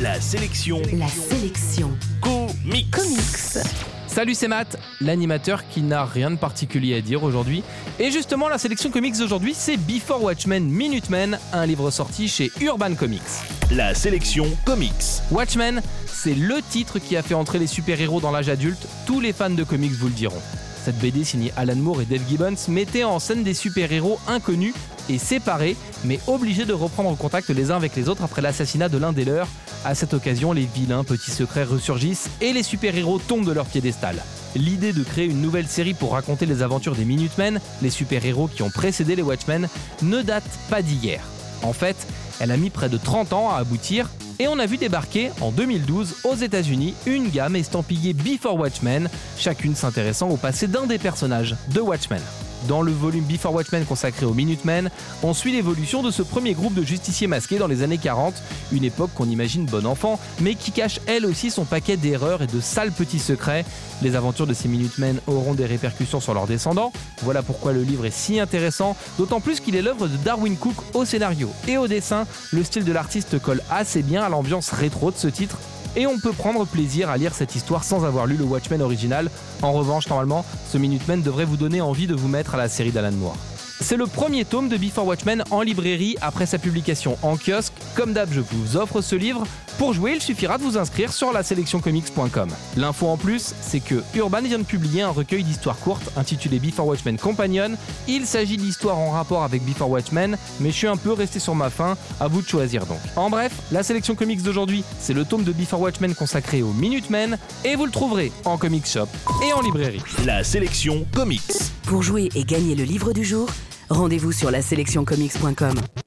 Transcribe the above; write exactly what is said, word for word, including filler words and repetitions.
La sélection. La sélection. Comics. Comics. Salut, c'est Matt, l'animateur qui n'a rien de particulier à dire aujourd'hui. Et justement, la sélection comics d'aujourd'hui, c'est Before Watchmen Minutemen, un livre sorti chez Urban Comics. La sélection comics. Watchmen, c'est le titre qui a fait entrer les super-héros dans l'âge adulte, tous les fans de comics vous le diront. Cette B D signée Alan Moore et Dave Gibbons mettait en scène des super-héros inconnus et séparés, mais obligés de reprendre contact les uns avec les autres après l'assassinat de l'un des leurs. À cette occasion, les vilains petits secrets ressurgissent et les super-héros tombent de leur piédestal. L'idée de créer une nouvelle série pour raconter les aventures des Minutemen, les super-héros qui ont précédé les Watchmen, ne date pas d'hier. En fait, elle a mis près de trente ans à aboutir, et on a vu débarquer en deux mille douze aux États-Unis une gamme estampillée Before Watchmen, chacune s'intéressant au passé d'un des personnages de Watchmen. Dans le volume Before Watchmen consacré aux Minutemen, on suit l'évolution de ce premier groupe de justiciers masqués dans les années quarante, une époque qu'on imagine bon enfant, mais qui cache elle aussi son paquet d'erreurs et de sales petits secrets. Les aventures de ces Minutemen auront des répercussions sur leurs descendants. Voilà pourquoi le livre est si intéressant, d'autant plus qu'il est l'œuvre de Darwyn Cooke au scénario et au dessin. Le style de l'artiste colle assez bien à l'ambiance rétro de ce titre, et on peut prendre plaisir à lire cette histoire sans avoir lu le Watchmen original. En revanche, normalement, ce Minutemen devrait vous donner envie de vous mettre à la série d'Alan Moore. C'est le premier tome de Before Watchmen en librairie après sa publication en kiosque. Comme d'hab, je vous offre ce livre. Pour jouer, il suffira de vous inscrire sur la sélection comics point com. L'info en plus, c'est que Urban vient de publier un recueil d'histoires courtes intitulé Before Watchmen Companion. Il s'agit d'histoires en rapport avec Before Watchmen, mais je suis un peu resté sur ma faim, à vous de choisir donc. En bref, la sélection comics d'aujourd'hui, c'est le tome de Before Watchmen consacré aux Minutemen, et vous le trouverez en comic shop et en librairie. La sélection comics. Pour jouer et gagner le livre du jour, rendez-vous sur la sélection comics point com.